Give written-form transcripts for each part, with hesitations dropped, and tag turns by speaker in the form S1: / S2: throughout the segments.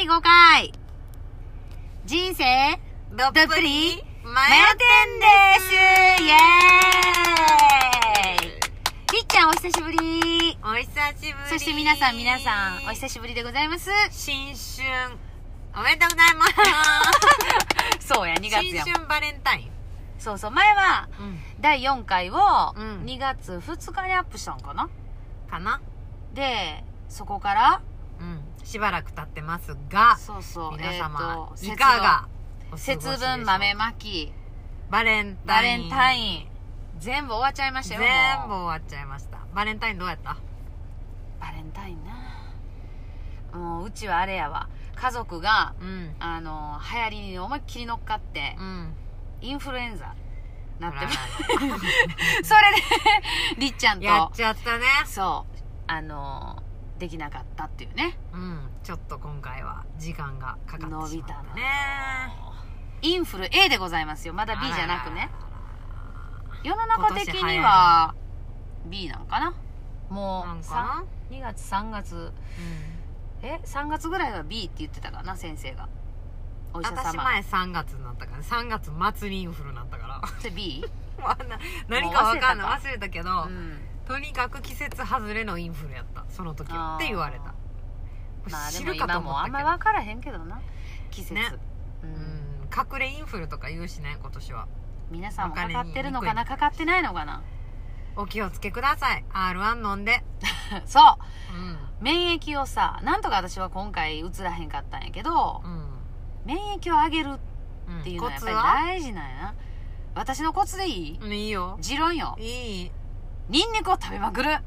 S1: 第5回人生
S2: どっぷり
S1: マヨテンですイエーイ。りっちゃんお久しぶり。
S2: お久しぶり。
S1: そして皆さんお久しぶりでございます。
S2: 新春おめでとうございます
S1: そうや2月や
S2: 新春バレンタイン。
S1: そうそう、前は第4回を
S2: うん
S1: 2月2日にアップしたんかな、
S2: かな。
S1: でそこから
S2: しばらく経ってますが、
S1: そうそう、
S2: 皆様、いかがお過ごしでしょう
S1: 節分豆まき
S2: バレン
S1: バ
S2: タイン
S1: レンタイン全部終わっちゃいましたよ。
S2: 全部
S1: もう
S2: 終わっちゃいました。バレンタインどうやった？
S1: バレンタインな、もううちはあれやわ、家族が
S2: うん
S1: 流行りに思いっきり乗っかってインフルエンザなってますそれでりっちゃんと
S2: やっちゃったね。
S1: そうできなかったっていうね。
S2: ちょっと今回は時間がかかってしまったね。
S1: 伸びたのインフル A でございますよ。まだ B じゃなくね。世の中的には B なんかな。もう
S2: なんか
S1: 2月3月3月ぐらいは B って言ってたかな、先生が。お医者様。
S2: 私前3月になったから、3月末にインフルになったから
S1: それ B？
S2: 何か分かんない、忘れたけど、
S1: うん
S2: とにかく季節外れのインフルやったその時はって言われた。
S1: まあで
S2: 知
S1: も今
S2: るかと思ったけど
S1: もあんまり分からへんけどな、季節、
S2: ね隠れインフルとか言うしね、今年は。
S1: 皆さんもかかってるのかな、かかってないのかな。
S2: お気をつけください。 R1 飲んで
S1: そう免疫をさ、なんとか私は今回うつらへんかったんやけど、免疫を上げるっていうのはやっぱり大事なんやな。私のコツでいい？
S2: いいよ。
S1: 持論よ。
S2: いい。
S1: ニンニクを食べまくる。
S2: さ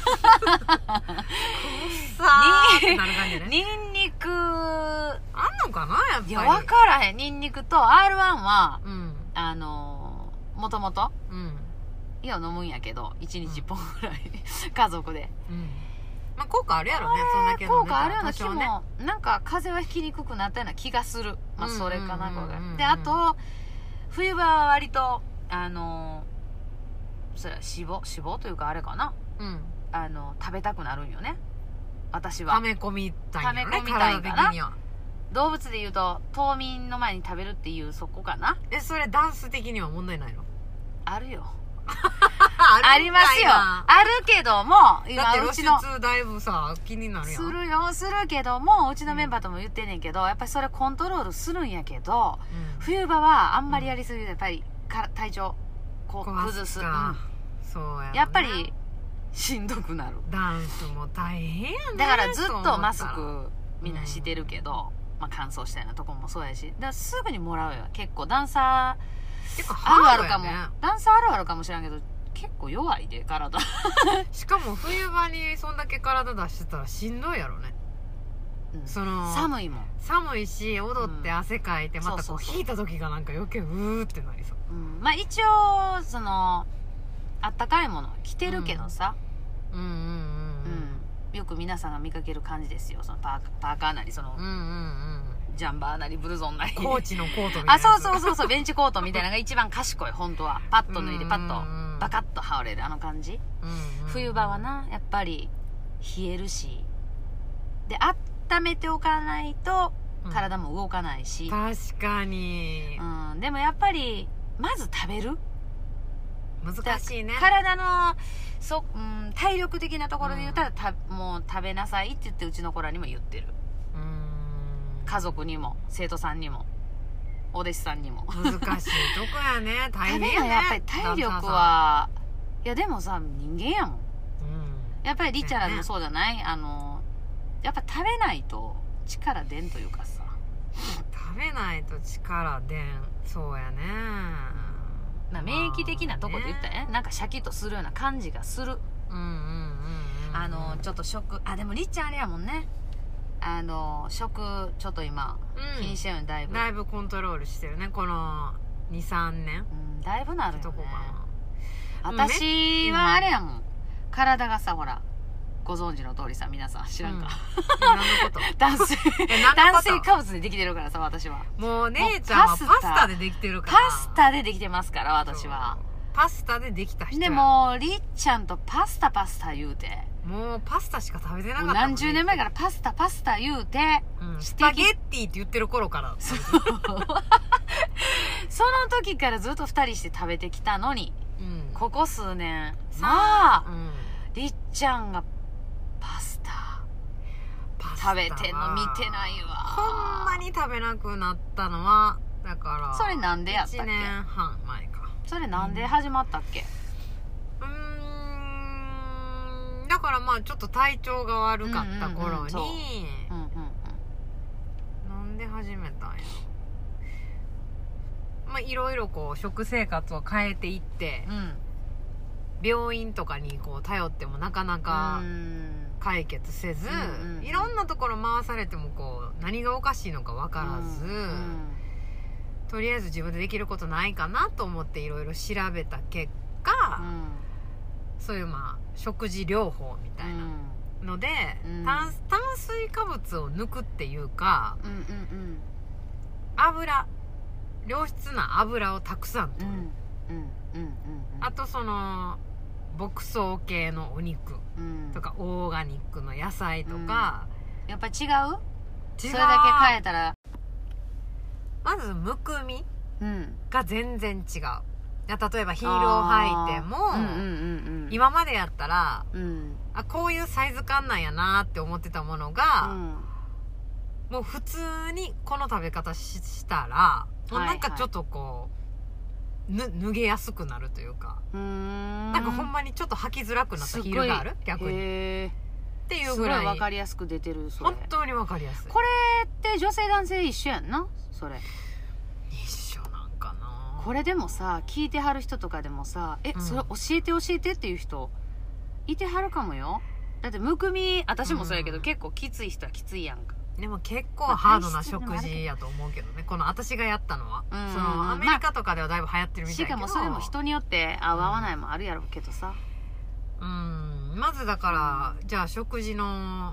S2: ーってなる感じね。
S1: ニンニク
S2: あんのかな、やっぱり。
S1: いや分からへん。ニンニクと R1 はもともといや飲むんやけど1日1本ぐらい家族で
S2: まあ効果あるやろね、そんだけの
S1: 効果あるような気も、
S2: ね、
S1: なんか風邪はひきにくくなったような気がする。まあそれかな、これで。あと冬場は割とそれは脂肪というかあれかな、食べたくなるんよね、私は。
S2: 溜め込みたいんやろね、
S1: 溜め込みたいんかな。
S2: 体的には。
S1: 動物で言うと冬眠の前に食べるっていうそこかな。
S2: それダンス的には問題ないの？
S1: あるよ
S2: あ
S1: ありますよ。あるけども、
S2: だって
S1: 今うちの
S2: 露出だいぶさ気になるやん。
S1: するけども、うちのメンバーとも言ってんねんけど、やっぱりそれコントロールするんやけど、冬場はあんまりやりすぎるとやっぱり体調こう崩す、
S2: そうやろね。
S1: やっぱりしんどくなる。
S2: ダンスも大変やね。
S1: だからずっとマスクみんなしてるけど、まあ、乾燥したようなとこもそうやし、だからすぐにもらうよ。結構ダンサー
S2: 結構
S1: あるあるかも、
S2: ハードやね。
S1: ダンサーあるあるかもしれんけど結構弱いで体
S2: しかも冬場にそんだけ体出してたらしんどいやろね。
S1: 寒いもん。
S2: 寒いし踊って汗かいて、またこう
S1: そう
S2: 引いた時がなんか余計うーってなりそう。
S1: まあ一応あったかいもの着てるけどさ、よく皆さんが見かける感じですよ。そのパーカーなりジャンバーなりブルゾンなり
S2: コーチのコートみたいなやつ。
S1: そうベンチコートみたいなのが一番賢い。本当はパッと脱いでパッとバカッと羽織れるあの感じ。冬場はなやっぱり冷えるし、で温めておかないと体も動かないし、
S2: 確かに
S1: でもやっぱりまず食べる。
S2: 難しいね。
S1: 体の体力的なところで言ったら、もう食べなさいって言ってうちの子らにも言ってる。家族にも生徒さんにもお弟子さんにも
S2: 難しいとこやね。大変やね。
S1: やっぱり体力は、いやでもさ人間やもん。やっぱりリチャードもそうじゃない？やっぱ食べないと力出んというかさ。
S2: 食べないと力出ん。そうやね。
S1: 免疫的なとこで言ったらね、なんかシャキッとするような感じがする。ちょっと食でもりっちゃんあれやもんね、食ちょっと今気にしてるのだいぶ
S2: コントロールしてるね、この 2,3 年。
S1: だいぶなるよね。
S2: とこかな。
S1: 私はあれやもん、体がさ、ほらご存知の通りさ、皆さん知らんか、
S2: 何のこと
S1: 炭水化物でできてるからさ、私は。
S2: もう姉ちゃんはパスタでできてるから。
S1: パスタでできてますから、私は。
S2: パスタでできた人や。
S1: でもりっちゃんとパスタ言うて、
S2: もうパスタしか食べてなかった
S1: もう何十年前からパスタ言うて、
S2: スパゲッティって言ってる頃から
S1: その時からずっと2人して食べてきたのに、ここ数年まあ、りっちゃんがパスタ食べてんの見てないわ。
S2: ほんまに食べなくなったのはだから
S1: それなんでやったっけ？
S2: 1年半前か。
S1: それなんで始まったっけ？
S2: だからまあちょっと体調が悪かった頃に、なんで始めたんやろ。まあいろいろこう食生活を変えていって、病院とかにこう頼ってもなかなか解決せず、いろんなところ回されてもこう何がおかしいのか分からず、とりあえず自分でできることないかなと思っていろいろ調べた結果、そういうまあ食事療法みたいなので、炭水化物を抜くっていうか、良質な油をたくさん取る、あとその牧草系のお肉とか、オーガニックの野菜とか、
S1: やっぱり違う？それだけ変えたら
S2: まずむくみが全然違う。例えばヒールを履いても、今までやったら、こういうサイズ感なんやなって思ってたものが、もう普通にこの食べ方したら、もうなんかちょっとこう脱げやすくなるというか、なんかほんまにちょっと履きづらくなったヒールがある、逆にっていうぐらい
S1: すごい分かりやすく出てる。それ
S2: 本当に分かりやすい。
S1: これって女性男性一緒やんな。それ
S2: 一緒なんかな。
S1: これでもさ、聞いてはる人とかでもさ、それ教えてっていう人いてはるかもよ。だってむくみ、私もそうやけど、結構きつい人はきついやんか。
S2: でも結構ハードな食事やと思うけどね、この私がやったのは、そのアメリカとかではだいぶ流行ってるみたいだけど、
S1: しかもそれも人によって合う合わないもあるやろうけどさ、
S2: まずだから、じゃあ食事の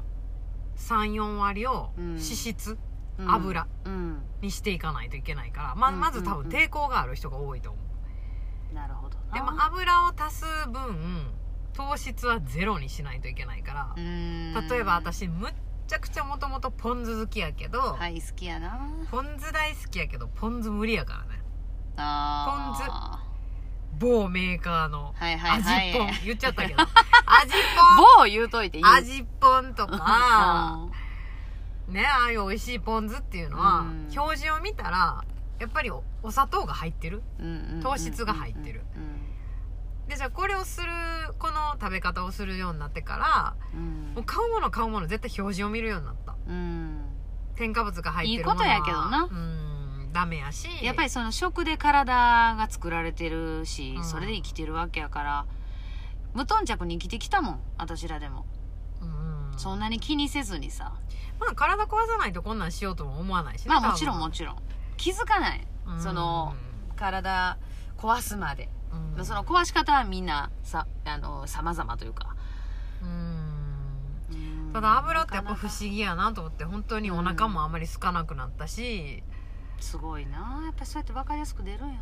S2: 3,4 割を脂質、油にしていかないといけないから、まず多分抵抗がある人が多いと思う。
S1: なるほど。
S2: でも油を足す分糖質はゼロにしないといけないから、例えば私むっちゃくちゃもともとポン酢好きやけど、
S1: はい、好きやな。
S2: ポン酢大好きやけどポン酢無理やからね。ポン酢某メーカーの味ポン、言っちゃったけど味
S1: ポン某言うといていい。
S2: 味ポンとかね、ああいう美味しいポン酢っていうのは、表示を見たらやっぱりお砂糖が入ってる、糖質が入ってる。でじゃあこの食べ方をするようになってから、もう買うもの絶対表示を見るようになった。添加物が入ってるものは、
S1: いいことやけどな、
S2: ダメやし、
S1: やっぱりその食で体が作られてるし、それで生きてるわけやから、無頓着に生きてきたもん、私らでも。そんなに気にせずにさ、
S2: まあ体壊さないとこんなんしようとも思わないしね。
S1: まあもちろん気づかない、その体壊すまで、その壊し方はみんな様々というか、
S2: ただ油ってやっぱ不思議やなと思って、本当にお腹もあんまり空かなくなったし、
S1: すごいな、やっぱそうやって分かりやすく出るんや。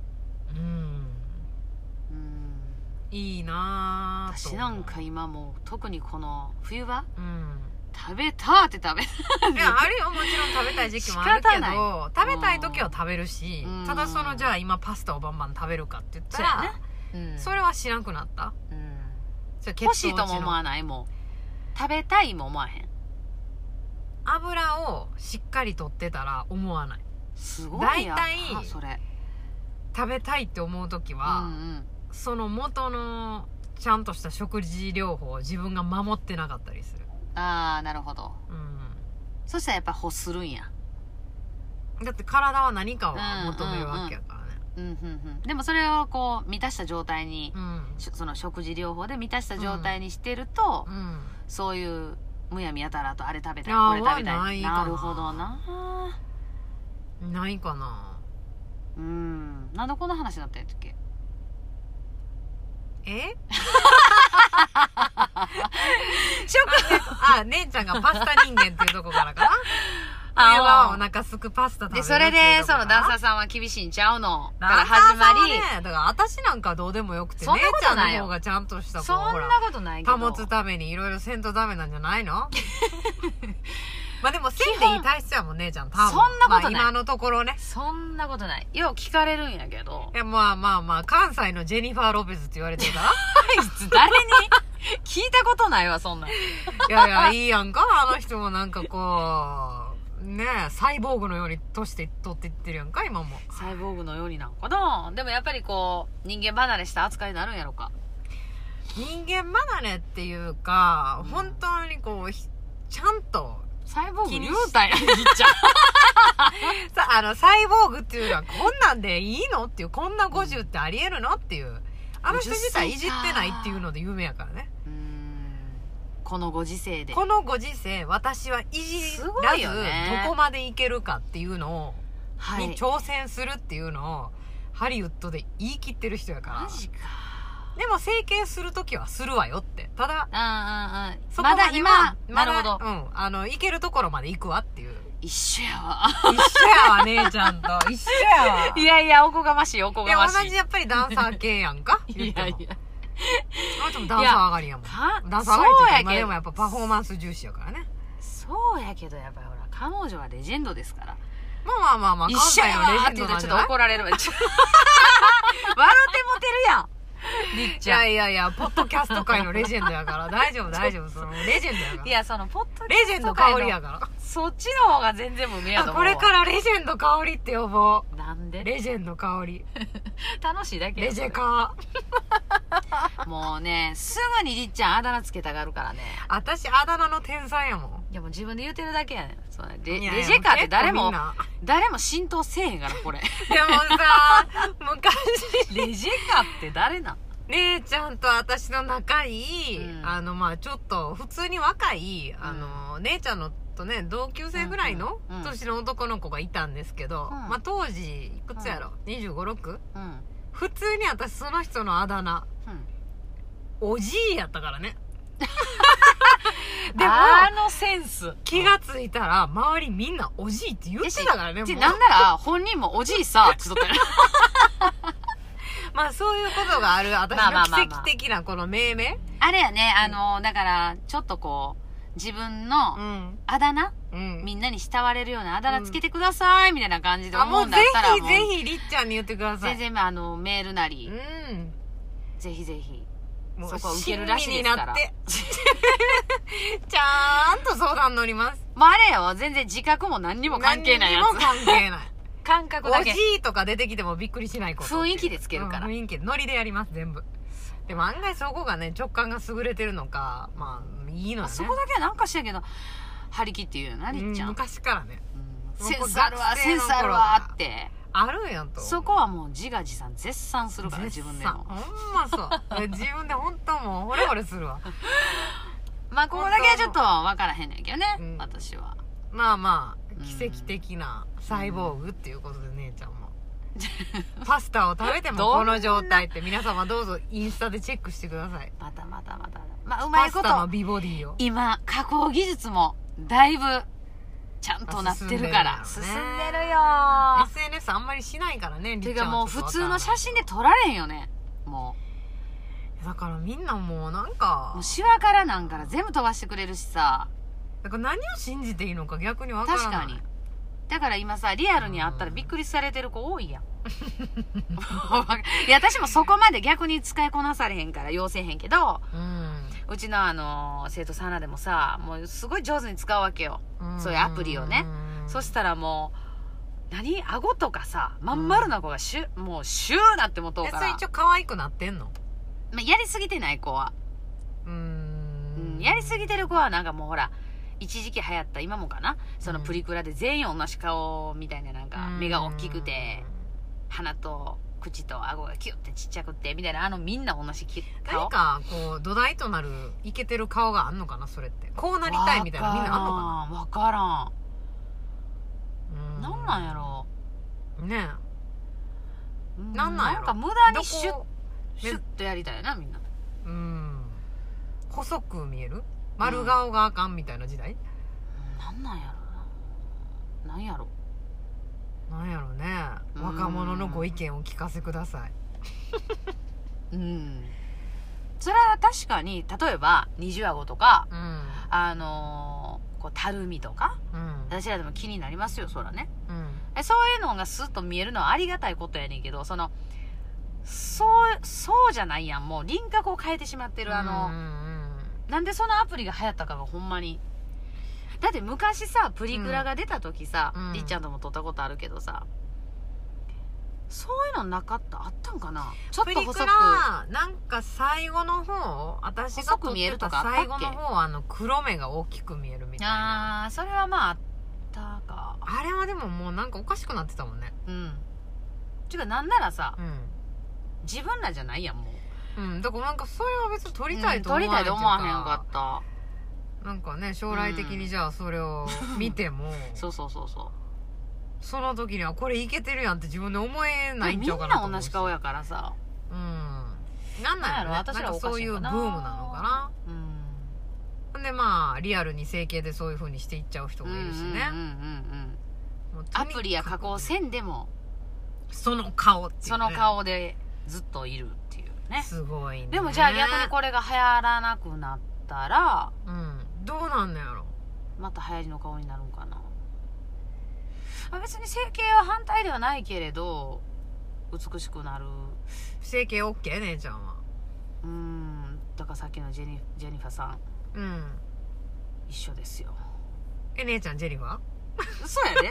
S2: いいなぁ。
S1: 私なんか今もう特にこの冬場、食べたって食べ
S2: いやあるよ、もちろん食べたい時期もあるけど、食べたい時は食べるし、ただじゃあ今パスタをバンバン食べるかって言ったら、それはしなくなった。
S1: 欲しいとも思わない。もう食べたいも思わへん。
S2: 油をしっかり取ってたら思わない。
S1: すごいや。
S2: だいたい
S1: それ
S2: 食べたいって思う時は、その元のちゃんとした食事療法を自分が守ってなかったりする。
S1: ああ、なるほど。そしたらやっぱ欲するんや。
S2: だって体は何かを求めるわけやからね。
S1: でもそれをこう満たした状態に、その食事療法で満たした状態にしてると、そういうむやみやたらとあれ食べたいこれ食べたい。なるほどな。
S2: ないかな。
S1: なんでこんな話になったんやったっけ。
S2: 姉ちゃんがパスタ人間っていうとこからかな。 冬はお腹すくパスタ食べる
S1: でそれでそのダンサーさんは厳しいんちゃうのから始まり、
S2: だから私なんかどうでもよくて、
S1: そんなこと
S2: 姉ちゃん
S1: ないよ
S2: の方がちゃんとした
S1: そんなことないけど
S2: 保つためにいろいろせんとダメなんじゃないのまあでもせんでいい体質やもん姉ちゃん多分。
S1: そんなことない、
S2: まあ、今のところね。
S1: そんなことない。よう聞かれるんやけど。
S2: いやまあ関西のジェニファー・ロペズって言われてるから
S1: あいつ誰に聞いたことないわそんなん。
S2: いやいいやんか、あの人もなんかこうねえサイボーグのように年取っていってるやんか今も。
S1: サイボーグのようになんかな。でもやっぱりこう人間離れした扱いになるんやろか。
S2: 人間離れっていうか、本当にこうちゃんと
S1: サイボーグ言うたんや、じっちゃん。
S2: サイボーグっていうのはこんなんでいいのっていう、こんな50ってありえるのっていう、あの人自体いじってないっていうので有名やからね。
S1: このご時世で。
S2: このご時世、私はいじらずどこまでいけるかっていうのを、に挑戦するっていうのをハリウッドで言い切ってる人やから。
S1: マジか。
S2: でも整形するときはするわよって。ただ、
S1: そこまで今、なるほど。
S2: いけるところまで行くわっていう。
S1: 一緒やわ。
S2: 一緒やわ、姉ちゃんと。一緒やわ。
S1: いやいや、おこがましい、おこがましい。
S2: 同じやっぱりダンサー系やんか。
S1: いやいや。
S2: あなたもダンサー上がりやもん。ダンサー上がりって言うと今でもやっぱパフォーマンス重視やからね。
S1: そうやけど、やっぱりほら、彼女はレジェンドですから。
S2: まあ、関西のレジェンドなんじゃない？
S1: ちょっと怒られるわ。笑ってもてるやん。りっちゃん。
S2: いや、ポッドキャスト界のレジェンドやから、大丈夫。そのレジェンドやから。
S1: いや、そのポッドキャスト
S2: レジェンド香りやから。
S1: そっちの方が全然無名やと思う。
S2: これからレジェンド香りって呼ぼう。
S1: なんで？
S2: レジェンド香り。
S1: 楽しいだけ
S2: レジェカ
S1: ー。もうね、すぐにりっちゃんあだ名つけたがるからね。
S2: 私、あだ名の天才やもん。
S1: いやもう自分で言うてるだけやねん。そうね、レジェカって誰も浸透せえへんからこれ。
S2: でもさ、昔
S1: レジェカって誰なん？
S2: 姉ちゃんと私の仲いい、ちょっと普通に若い、姉ちゃんのとね同級生ぐらいの年の男の子がいたんですけど、当時いくつやろ、25、6、普通に私その人のあだ名、おじいやったからね。
S1: でもあのセンス
S2: 気がついたら周りみんなおじいって言ってたからね。
S1: なんなら本人もおじいさって言ったよ。
S2: まあそういうことがある。私の奇跡的なこの命名、
S1: あれやね、だからちょっとこう自分のあだ名、みんなに慕われるようなあだ名つけてくださいみたいな感じで思うんだったら、
S2: もうぜひりっちゃんに言ってください。
S1: 全然メールなり、ぜひそこは受けるらしいですから。ち
S2: ゃんと相談乗ります。
S1: あれよ、全然自覚も何にも関係ないやつ。
S2: 何にも関係ない。
S1: 感覚だけ。
S2: おじいとか出てきてもびっくりしないこと。
S1: 雰囲気でつけるから。
S2: 雰囲気で、ノリでやります、全部。でも案外そこがね、直感が優れてるのか、いいのよね。
S1: そこだけはなんかしやけど、張り切って言うよな、りっちゃん。
S2: 昔からね。
S1: センスあるわって。
S2: あるやんと。
S1: そこはもう自画自賛絶賛するから、自分でも。
S2: ほんまそう。自分でほんともう、惚れ惚れするわ。
S1: ここだけはちょっと分からへんねんけどね、私は。
S2: 奇跡的なサイボーグっていうことで、姉ちゃんも。パスタを食べてもこの状態って皆様どうぞインスタでチェックしてください。
S1: また。うまいこと。
S2: パスタの美ボディを。
S1: 今、加工技術もだいぶ、ちゃんとなってるから。進んでるよ。
S2: SNS あんまりしないからね、
S1: てかもう普通の写真で撮られんよね。も
S2: う。だからみんなもうなんか。
S1: もうシワからなんから全部飛ばしてくれるしさ。だ
S2: から何を信じていいのか逆にわからない。
S1: 確かに。だから今さ、リアルに会ったらびっくりされてる子多いやん。いや、私もそこまで逆に使いこなされへんから要せへんけど、うちの生徒さんらでもさ、もうすごい上手に使うわけよ。そういうアプリをね。そしたらもう、顎とかさ、まん丸な子がもうシューなってもとうから。
S2: それ一応可愛くなってんの？
S1: やりすぎてない子は。やりすぎてる子はなんかもうほら、一時期流行った今もかな、そのプリクラで全員同じ顔みたいな、なんか目が大きくて鼻と口と顎がキュッてちっちゃくてみたいな、みんな同じ顔。
S2: 何かこう土台となるイケてる顔があんのかな、それって。こうなりたいみたいなみんなあんのかな。
S1: わからん。なんなんやろ
S2: ねえ。なんやろ。
S1: なんか無駄にシュッとやりたいな、みんな。
S2: 細く見える丸顔があかんみたいな時代。
S1: なんなんやろなんやろ
S2: ね。若者のご意見を聞かせください。
S1: それは確かに、例えば二重顎とか、こうたるみとか、私らでも気になりますよ、そらね。そういうのがスッと見えるのはありがたいことやねんけど、そうじゃないやん。もう輪郭を変えてしまってる。なんでそのアプリが流行ったかがほんまに。だって昔さ、プリクラが出た時さ、りっちゃんとも撮ったことあるけどさ、そういうのなかった？あったんかな？ちょっと細く。
S2: プリクラなんか最後の方、私が撮ってた最後の方、黒目が大きく見えるみたいな。
S1: それはまああったか。
S2: あれはでももうなんかおかしくなってたもんね。
S1: てかなんならさ、自分らじゃないやん、もう。
S2: だからなんかそれは別に撮りたいと思わへんっていうか、
S1: 撮りたいと思わへんかった。
S2: なんかね、将来的にじゃあそれを見ても
S1: そう
S2: その時にはこれいけてるやんって自分で思えないんちゃうかなと思う。
S1: みんな同じ顔やからさ。
S2: なんなんやろ、私らそういうブームなのかな。でまあリアルに整形でそういう風にしていっちゃう人もいるしね。
S1: アプリや加工せんでも
S2: その顔っていう、ね、
S1: その顔でずっといるっていうね。
S2: すごいね。
S1: でもじゃあ逆にこれが流行らなくなったら、
S2: どうなんのやろ。
S1: また流行りの顔になるんかな。別に整形は反対ではないけれど、美しくなる。
S2: 整形 OK？ 姉ちゃんは。
S1: だからさっきのジェニファさん、一緒ですよ。
S2: 姉ちゃんジェニファ？
S1: そうやで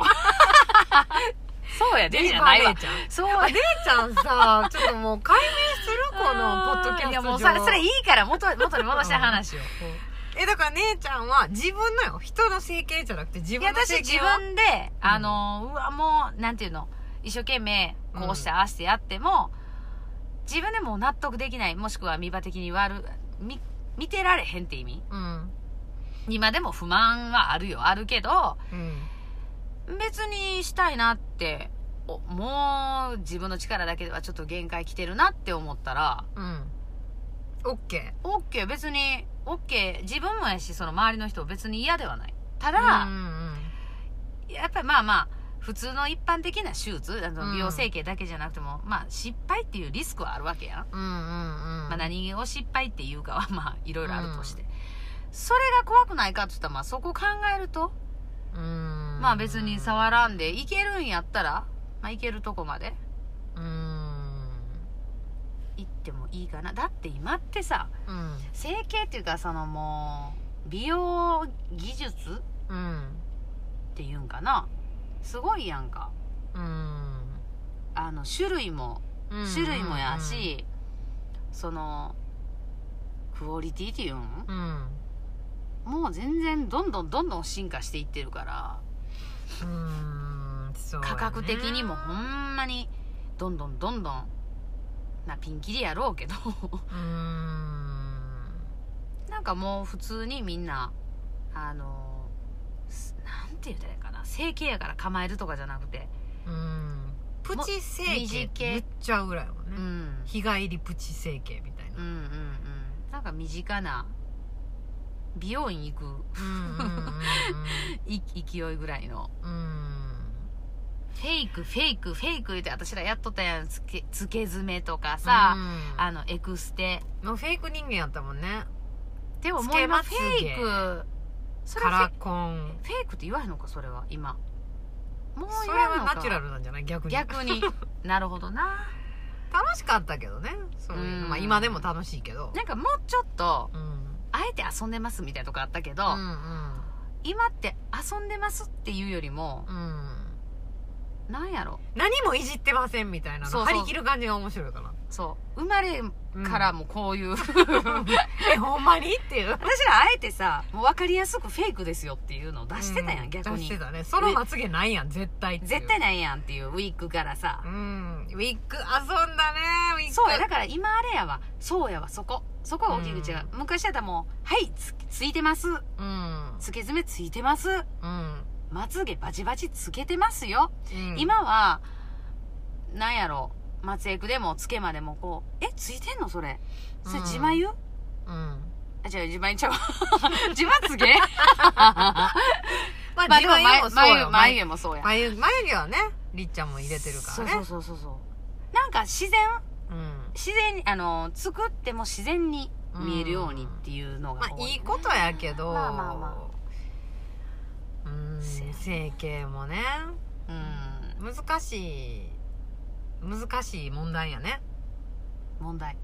S1: そうやでじゃないわ。
S2: そう、姉ちゃんさ、ちょっともう解明するこのポッドキャスト上。いやもう
S1: それいいから元に戻した話を。
S2: だから姉ちゃんは自分のよ、人の整形じゃなくて自分の整形を。
S1: 私自分で、もう、なんていうの、一生懸命、こうしてああしてやっても、自分でも納得できない、もしくは見場的に見てられへんって意味。今でも不満はあるけど、別にしたいなって、もう自分の力だけではちょっと限界来てるなって思ったら、OK。別に、OK。自分もやし、その周りの人別に嫌ではない。ただ、やっぱりまあ、普通の一般的な手術、美容整形だけじゃなくても、失敗っていうリスクはあるわけやん。何を失敗っていうかは、いろいろあるとして。それが怖くないかって言ったら、そこを考えると、別に触らんでいけるんやったら、いけるとこまで行ってもいいかな。だって今ってさ、整形っていうかもう美容技術、っていうんかな、すごいやんか。種類もやし、クオリティっていうん、もう全然どんどん進化していってるから、
S2: そうね、
S1: 価格的にもほんまにどんどんピンキリやろうけどなんかもう普通にみんななんて言うたらいいかな、整形やから構えるとかじゃなくて、
S2: プチ整形って言っちゃうぐらいもんね、日帰りプチ整形みたいな、
S1: なんか身近な美容院行く勢いぐらいの、フェイク言って私らやっとったやん。つけ爪とかさ、エクステ
S2: もうフェイク人間やったもんね。
S1: でももう今フェイク、
S2: カラコン
S1: フェイクって言わへんのか、それは今もう
S2: それはナチュラルなんじゃない？逆に
S1: なるほどな。
S2: 楽しかったけどね、そういうの。今でも楽しいけど、
S1: なんかもうちょっと、あえて遊んでますみたいなとこあったけど、今って遊んでますっていうよりも、なんやろ、
S2: 何もいじってませんみたいなの張り切る感じが面白いかな。
S1: そう生まれからもこういう、
S2: ほんまにっていう、
S1: 私らあえてさ、もう分かりやすくフェイクですよっていうのを出してたやん、逆に
S2: 出してたね。そのまつげないやん絶対
S1: ないやんっていうウィッグからさ、
S2: ウィッグ遊んだね。ウィッグ
S1: そうや、だから今あれやわ、そうやわ、そこは大きく違う。昔だったらもう、はい、ついてます、つけ爪ついてます、まつげバチバチつけてますよ、今はなんやろ、松江区でもつけまでもこう、ついてんのそれ自眉、
S2: 自
S1: 眉ちゃう自まつげ
S2: ままあ
S1: まあでも眉
S2: 毛
S1: 毛もそうや。
S2: 眉毛はねりっちゃんも入れてるからね。
S1: そうなんか自然に作っても自然に見えるようにっていうのが多い、ね、
S2: まあいいことやけど、
S1: まあ
S2: 整形もね、難しい問題やね。
S1: 問題。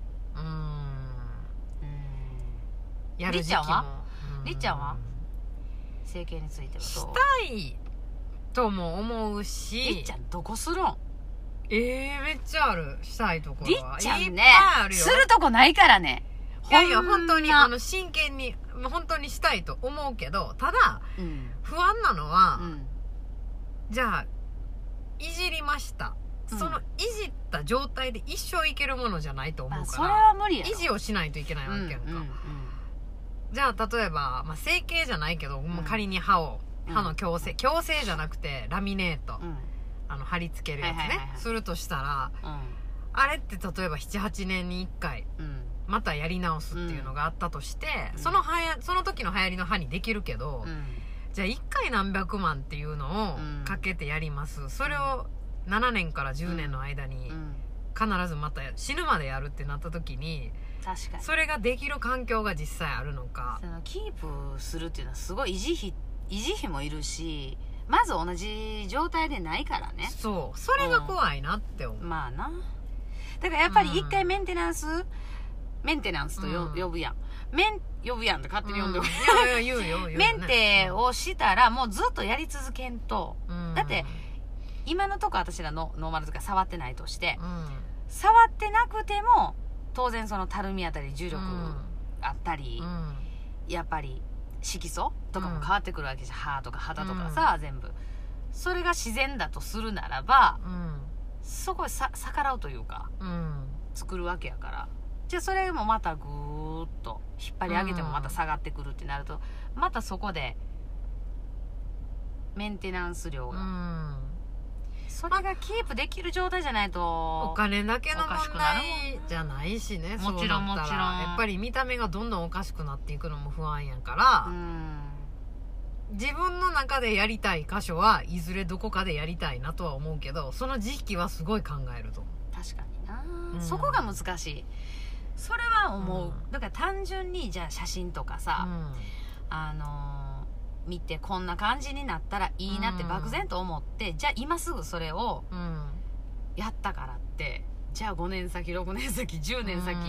S2: やる時期も。
S1: りっちゃんは整形についてはどう？
S2: したいとも思うし。
S1: りっちゃんどこするん？
S2: めっちゃある、したいところは。
S1: りっちゃんね
S2: いっぱいあるよ。
S1: するとこないからね。
S2: いやいや本当に真剣に本当にしたいと思うけど、ただ、不安なのは、じゃあいじりました、そのいじった状態で一生いけるものじゃないと思うから、
S1: それは無理やろ。
S2: 維持をしないといけないわけやんか、じゃあ例えば、整形じゃないけど、仮に歯の矯正じゃなくてラミネート、貼り付けるやつね、するとしたら、あれって例えば 7,8 年に1回、またやり直すっていうのがあったとして、その時の流行りの歯にできるけど、じゃあ1回何百万っていうのをかけてやります、それを7年から10年の間に必ずまた死ぬまでやるってなった時に、
S1: 確かに
S2: それができる環境が実際あるのか。
S1: そのキープするっていうのはすごい維持費もいるし、まず同じ状態でないからね。
S2: それが怖いなって思う。
S1: まあな。だからやっぱり一回メンテナンスと呼ぶやん。呼ぶやんって勝手に呼んでる。
S2: 言うよ。
S1: メンテをしたらもうずっとやり続けんと。だって今のとこ私らのノーマルとか触ってないとして、触ってなくても当然そのたるみあたり重力あったり、やっぱり色素とかも変わってくるわけじゃん、歯とか肌とかさ、全部それが自然だとするならば、そこへ逆らうというか、作るわけやから、じゃあそれもまたぐーっと引っ張り上げてもまた下がってくるってなると、またそこでメンテナンス量が、それがキープできる状態じゃないと、
S2: お金だけの問題じゃないしね。
S1: もちろん
S2: やっぱり見た目がどんどんおかしくなっていくのも不安やから、自分の中でやりたい箇所はいずれどこかでやりたいなとは思うけど、その時期はすごい考えると思う。
S1: 確かにな、そこが難しい。それは思う、だから単純にじゃあ写真とかさ、見てこんな感じになったらいいなって漠然と思って、じゃあ今すぐそれをやったからって、じゃあ5年先6年先10年先、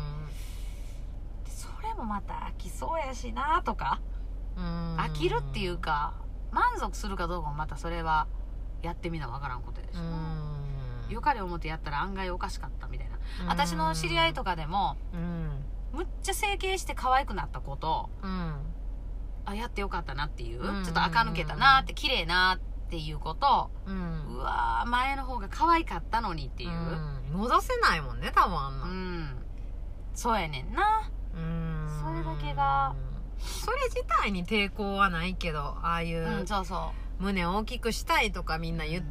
S1: それもまた飽きそうやしなとか、飽きるっていうか満足するかどうかもまたそれはやってみなわからんことでしょ。よかれ思ってやったら案外おかしかったみたいな。私の知り合いとかでも、むっちゃ整形して可愛くなった子と、やってよかったなっていう、ちょっと垢抜けたなって綺麗なっていう子と、うわー前の方が可愛かったのにっていう、
S2: 戻せないもんね多分あんな、
S1: そうやねんな。それだけが、
S2: それ自体に抵抗はないけど、ああいう、胸を大きくしたいとかみんな言って、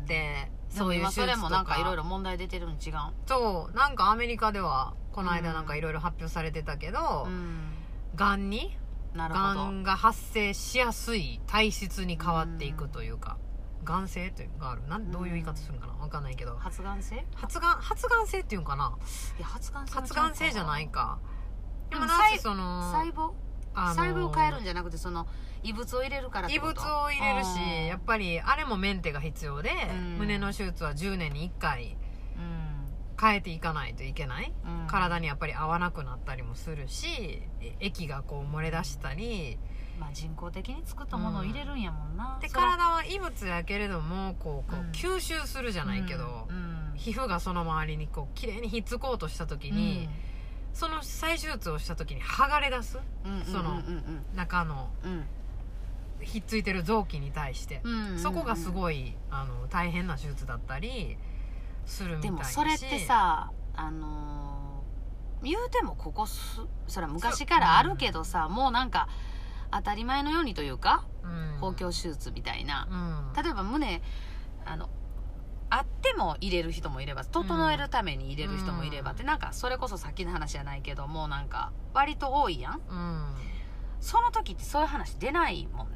S1: そういう手術とか、それもなんかいろいろ問題出てるの違う。
S2: そう、なんかアメリカではこの間なんかいろいろ発表されてたけど、がんが発生しやすい体質に変わっていくというか、がん性というのがある。どういう言い方するのかな、分かんないけど、
S1: 発がん性
S2: っていうんかな。
S1: いや発がん
S2: 性じゃないか。
S1: でも細胞を変えるんじゃなくて、その異物を入れるからってこと。
S2: 異物を入れるし、やっぱりあれもメンテが必要で、胸の手術は10年に1回変えていかないといけない、体にやっぱり合わなくなったりもするし、液がこう漏れ出したり、
S1: 人工的に作ったものを入れるんやもんな。
S2: で体は異物やけれどもこう吸収するじゃないけど、皮膚がその周りにこう綺麗にひっつこうとした時に、その再手術をした時に剥がれ出す、その中のひっついてる臓器に対して、そこがすごい大変な手術だったりするみたいだし。
S1: でもそれってさ、言うてもそれは昔からあるけどさ、もうなんか当たり前のようにというか、包協手術みたいな、例えば胸あっても入れる人もいれば、整えるために入れる人もいればって、なんかそれこそさっきの話じゃないけども、なんか割と多いやん、その時ってそういう話出ないもんね。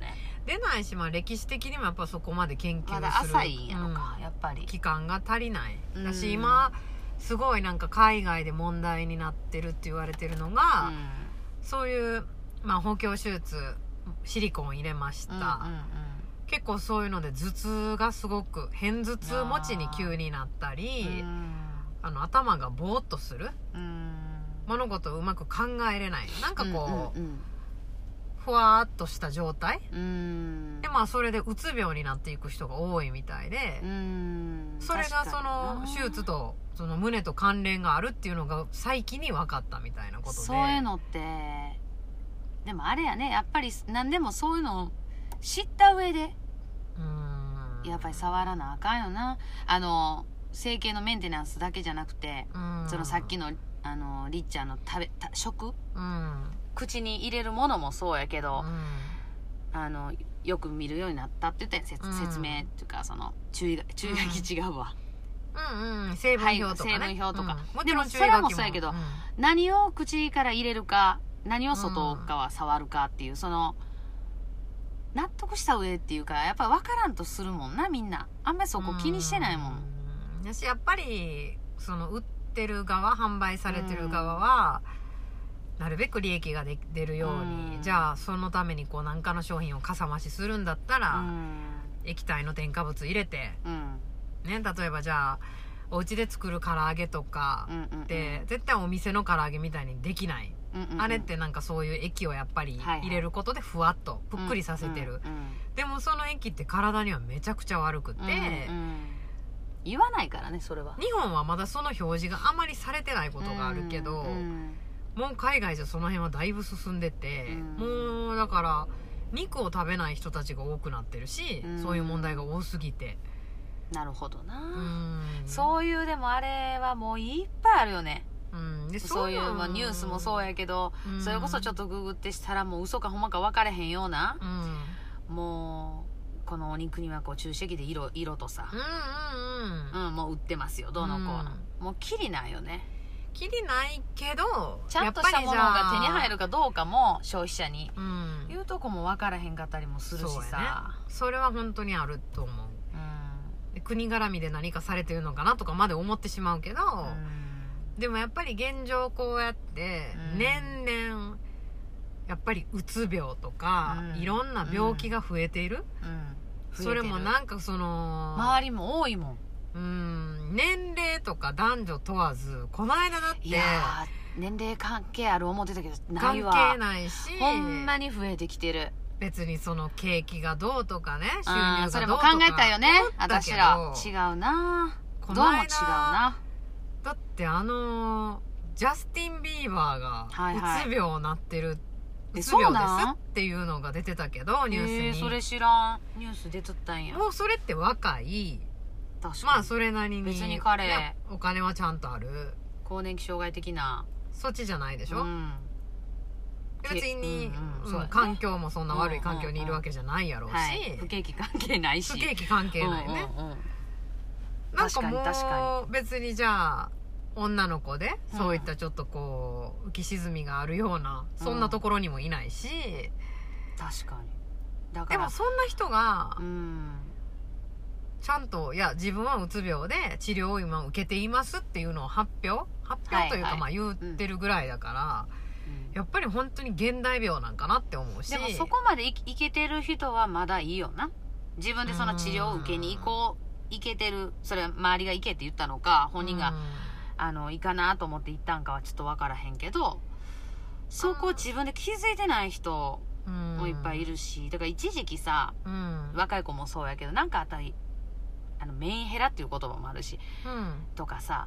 S2: 出ないし、まあ、歴史的にもやっぱそこまで研究する
S1: まだ浅いんやろか、やっぱり
S2: 期間が足りないだし、今すごいなんか海外で問題になってるって言われてるのが、そういう、まあ、補強手術シリコン入れました、結構そういうので頭痛がすごく片頭痛持ちに急になったり、頭がボーっとする、物事をうまく考えれない、なんかこう、ふわーっとした状態で、まあそれでうつ病になっていく人が多いみたいで、それがその手術とその胸と関連があるっていうのが最近に分かったみたいなことで、
S1: そういうのってでもあれやね、やっぱり何でもそういうのを知った上でやっぱり触らなあかんよな。整形のメンテナンスだけじゃなくて、そのさっきのりっちゃんの食、口に入れるものもそうやけど、よく見るようになったって言ったやん、説明っていうか、その注意書き違うわ、
S2: 成分表とかね、
S1: 成分表とか、
S2: も
S1: でもそれはもそうやけど、何を口から入れるか何を外側触るかっていう、その納得した上っていうか、やっぱ分からんとするもんな、みんなあんまりそこ気にしてないもん。
S2: 私やっぱりその売ってる側、販売されてる側は、なるべく利益が出るように、じゃあそのためにこう何かの商品をかさ増しするんだったら、液体の添加物入れて、ね、例えばじゃあお家で作る唐揚げとかって絶対お店の唐揚げみたいにできない、あれってなんかそういう液をやっぱり入れることでふわっとぷっくりさせてる、でもその液って体にはめちゃくちゃ悪くて、
S1: 言わないからね、それは。
S2: 日本はまだその表示があまりされてないことがあるけど、もう海外じゃその辺はだいぶ進んでて、もうだから肉を食べない人たちが多くなってるし、そういう問題が多すぎて。
S1: なるほどな。そういう、でもあれはもういっぱいあるよね。でそういう、まあ、ニュースもそうやけど、それこそちょっとググってしたらもう嘘かほんまか分かれへんような、もうこのお肉にはこう注射器で色とさ、もう売ってますよ、どうのこうの、もうキリないよね。
S2: キリないけど、
S1: ちゃんとしたものが手に入るかどうかも消費者に言うとこも分からへんかったりもするしさ、
S2: それは本当にあると思う。で国絡みで何かされてるのかなとかまで思ってしまうけど、でもやっぱり現状こうやって年々やっぱりうつ病とか、いろんな病気が増えている、それもなんかその
S1: 周りも多いもん。
S2: 年齢とか男女問わず、この間だって、いや
S1: 年齢関係ある思ってたけどないわ。
S2: 関係ないし、
S1: ほんまに増えてきてる。別
S2: にその景気がどうとかね、収入がどうとか、
S1: それも考えたよね、私ら。違うな、どうも違うな。
S2: だってジャスティン・ビーバーがうつ病になってる、うつ病ですっていうのが出てたけど、ニュースに。
S1: それ知らん。ニュース出とったんや。
S2: もうそれって若い、まあそれなりに
S1: 別に彼
S2: お金はちゃんとある、
S1: 更年期障害的な
S2: そっちじゃないでしょ、別に、環境もそんな悪い環境にいるわけじゃないやろうし、
S1: 不景気関係ないし、
S2: 不景気関係ないね、なんかもう別にじゃあ女の子でそういったちょっとこう浮き沈みがあるような、そんなところにもいないし、
S1: 確かに。だ
S2: からでもそんな人がちゃんと、いや自分はうつ病で治療を今受けていますっていうのを発表というか、まあ言ってるぐらいだから、やっぱり本当に現代病なんかなって思うし。
S1: でもそこまでいけてる人はまだいいよな。自分でその治療を受けに行けてる、それは周りが行けって言ったのか、本人がいいかなと思って行ったんかはちょっと分からへんけど、そこを自分で気づいてない人もいっぱいいるし、だから一時期さ、若い子もそうやけど、なんかあったりメンヘラっていう言葉もあるし、とかさ、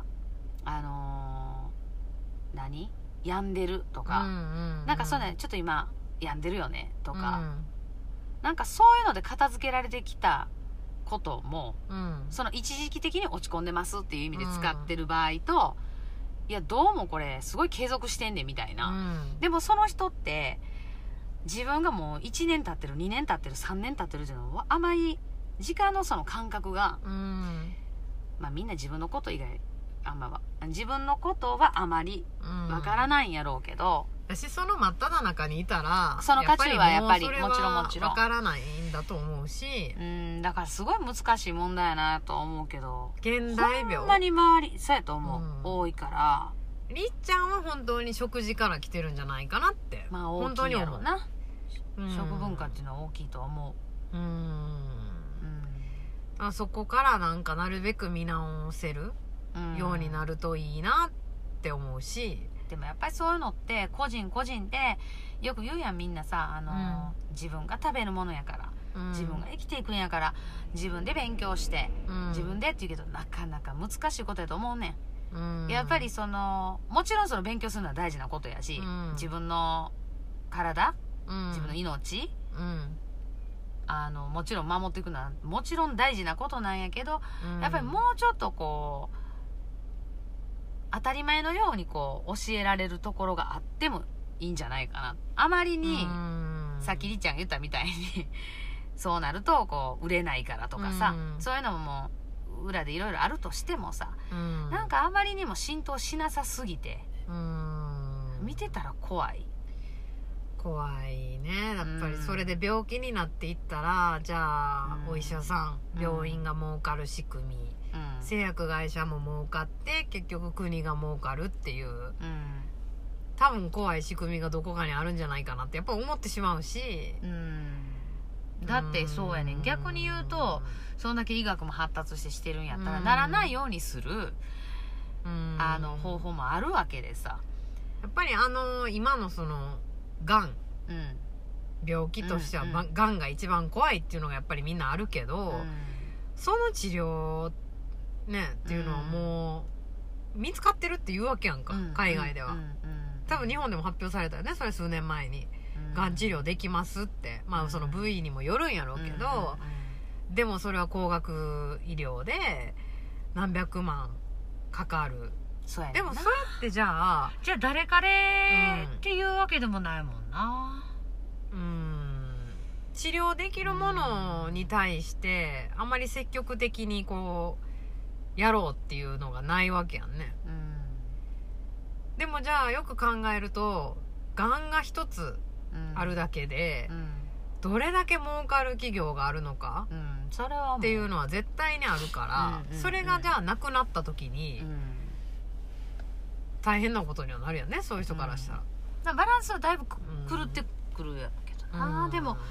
S1: 病んでるとか、なんかそうね、ちょっと今病んでるよねとか、なんかそういうので片付けられてきたことも、その一時期的に落ち込んでますっていう意味で使ってる場合と、いやどうもこれすごい継続してんねんみたいな、でもその人って自分がもう1年経ってる、2年経ってる、3年経ってるっていうのはあまり時間のその感覚が、まあみんな自分のこと以外自分のことはあまりわからないんやろうけど、
S2: 私その真っ只中にいたら
S1: その渦中はやっぱり
S2: もうそれは
S1: もちろん
S2: 分からないんだと思うし、
S1: だからすごい難しい問題やなと思うけど、
S2: 現代病
S1: ほんまに周りそうやと思う、多いから。
S2: りっちゃんは本当に食事から来てるんじゃないかなって、
S1: まあ大きいやろうな、食文化っていうのは大きいと思う。
S2: そこからなんかなるべく見直せるようになるといいなって思うし、
S1: でもやっぱりそういうのって個人個人でよく言うやん、みんなさ、自分が食べるものやから、自分が生きていくんやから自分で勉強して、自分でって言うけどなかなか難しいことやと思うねん。やっぱりもちろんその勉強するのは大事なことやし、自分の体、自分の命、もちろん守っていくのはもちろん大事なことなんやけど、やっぱりもうちょっとこう当たり前のようにこう教えられるところがあってもいいんじゃないかな。あまりにさっきりっちゃんが言ったみたいにそうなるとこう売れないからとかさ、そういうのももう裏でいろいろあるとしてもさ、なんかあまりにも浸透しなさすぎて、見てたら怖いね。やっぱりそれで病気になっていったら、じゃあお医者さん、病院が儲かる仕組み、製薬会社も儲かって結局国が儲かるっていう、多分怖い仕組みがどこかにあるんじゃないかなってやっぱ思ってしまうし、 だってそうやねん。逆に言うとそんだけ医学も発達してるんやったら、ならないようにする方法もあるわけでさ、
S2: やっぱり今のそのがん、病気としては、がんが一番怖いっていうのがやっぱりみんなあるけど、その治療ねっていうのはもう見つかってるっていうわけやんか、海外では。多分日本でも発表されたよね、それ数年前に。がん治療できますって。まあその部位にもよるんやろうけど、でもそれは高額医療で何百万かかる。
S1: そうやねんな。
S2: でもそれってじゃあ
S1: 誰彼っていうわけでもないもんな。
S2: 治療できるものに対してあまり積極的にこうやろうっていうのがないわけやんね。でもじゃあよく考えると、がんが一つあるだけで、どれだけ儲かる企業があるのか、
S1: それは
S2: っていうのは絶対にあるから、それがじゃあなくなった時に、大変なことにはなるよね、そういう人からしたら。
S1: バランスはだいぶ狂ってくるやけどな。でも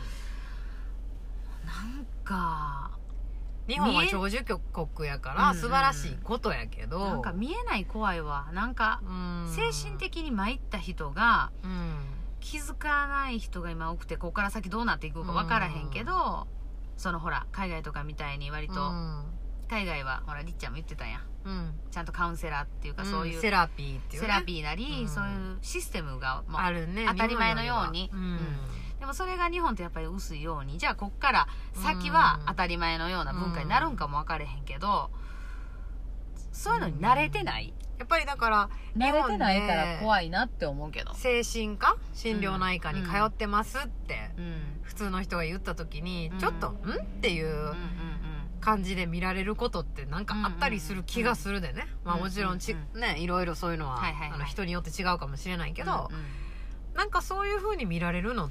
S1: なんか
S2: 日本は長寿国やから素晴らしいことやけど、
S1: なんか見えない怖いわ。なんか精神的に参った人が、気づかない人が今多くて、ここから先どうなっていくか分からへんけど、そのほら海外とかみたいに割と、海外はほらりっちゃんも言ってたやん、ちゃんとカウンセラーっていうか、そういう
S2: セラピーっていうね、
S1: セラピーなり、そういうシステムがもう
S2: あるね、
S1: 当たり前のように。でもそれが日本ってやっぱり薄いように、じゃあこっから先は当たり前のような文化になるんかも分かれへんけど、そういうのに慣れてない、
S2: やっぱりだから
S1: 慣れてないから怖いなって思うけど、
S2: 精神科心療内科に通ってますって普通の人が言った時に、ちょっとっていう感じで見られることってなんかあったりする気がするでね。まあもちろんね、いろいろそういうのは人によって違うかもしれないけど、なんかそういう風に見られるのって、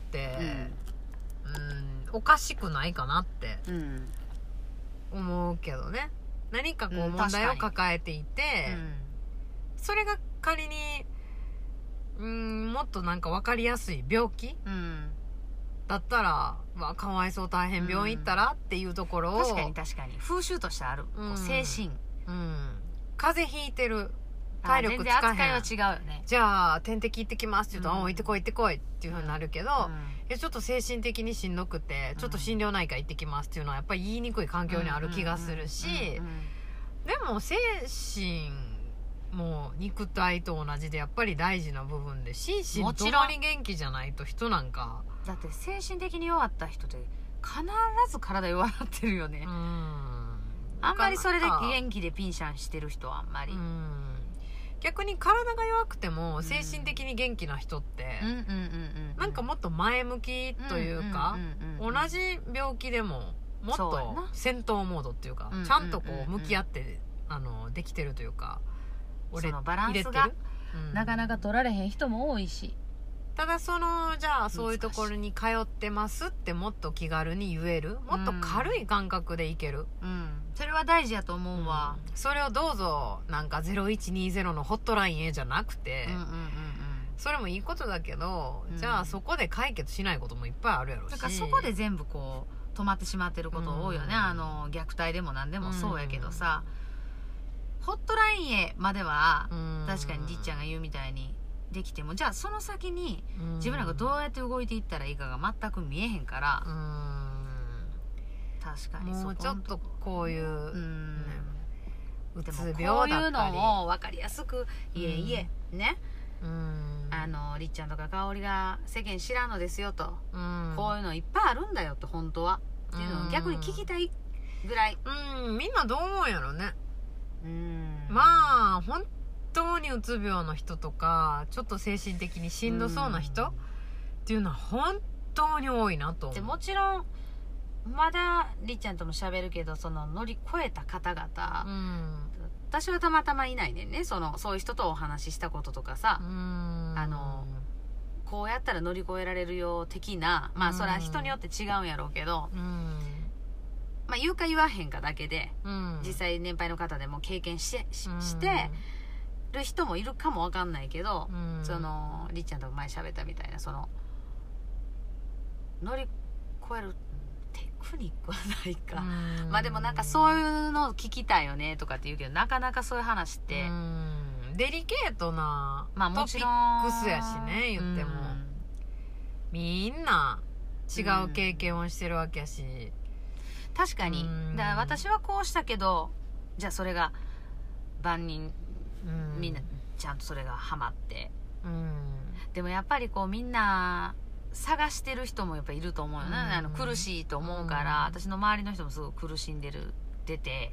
S2: おかしくないかなって思うけどね。何かこう問題を抱えていて、それが仮にもっとなんか分かりやすい病気、だったらかわいそう、大変、病院行ったらっていうところを、
S1: 確かに風習としてある、精神、
S2: 風邪ひいてる、体力つかへん、
S1: 全然扱いは違うよね。
S2: じゃあ点滴行ってきますって言うと、行ってこい行ってこいっていう風になるけど、ちょっと精神的にしんどくてちょっと心療内科行ってきますっていうのはやっぱり言いにくい環境にある気がするし、でも精神も肉体と同じでやっぱり大事な部分で、心身ともに元気じゃないと人なんか、
S1: だって精神的に弱った人って必ず体弱なってるよね。あんまりそれで元気でピンシャンしてる人はあんまり、逆に体が弱くても精神的に元気な人ってなんかもっと前向きというか、同じ病気でももっと戦闘モードっていうか、ちゃんとこう向き合ってできてるというか、 そのバランスがなかなか取られへん人も多いし、
S2: ただじゃあそういうところに通ってますってもっと気軽に言える、もっと軽い感覚でいける、
S1: それは大事やと思うわ、
S2: それをどうぞなんか0120のホットラインへじゃなくて、それもいいことだけど、じゃあそこで解決しないこともいっぱいあるやろし、
S1: だからそこで全部こう止まってしまってること多いよね、虐待でも何でもそうやけどさ、ホットラインへまでは確かにりっちゃんが言うみたいにできても、じゃあその先に自分らがどうやって動いていったらいいかが全く見えへんから、確かに
S2: もうちょっとこういう、うつ病だったり、
S1: こういうのを分かりやすくいえね、りっちゃんとか香織が世間知らんのですよと、こういうのいっぱいあるんだよって本当はっていうのを逆に聞きたいぐらい、
S2: みんなどう思うんやろね。まあ本当にうつ病の人とかちょっと精神的にしんどそうな人っていうのは本当に多いなと思う。
S1: でもちろんまだりっちゃんとも喋るけど、その乗り越えた方々、私はたまたまいないねんね、そういう人とお話ししたこととかさ、こうやったら乗り越えられるよ的な、まあそれは人によって違うんやろうけど、まあ言うか言わへんかだけで、実際年配の方でも経験してる人もいるかもわかんないけど、りっちゃんと前喋ったみたいな、乗り越えるテクニックはないか、まあでもなんかそういうのを聞きたいよねとかって言うけど、なかなかそういう話って
S2: デリケートなトピックスやしね、言ってもみんな違う経験をしてるわけやし、
S1: 確かにだから私はこうしたけど、じゃあそれが万人みんなちゃんとそれがハマって、でもやっぱりこうみんな探してる人もやっぱいると思うよね、苦しいと思うから、私の周りの人もすごく苦しんでて、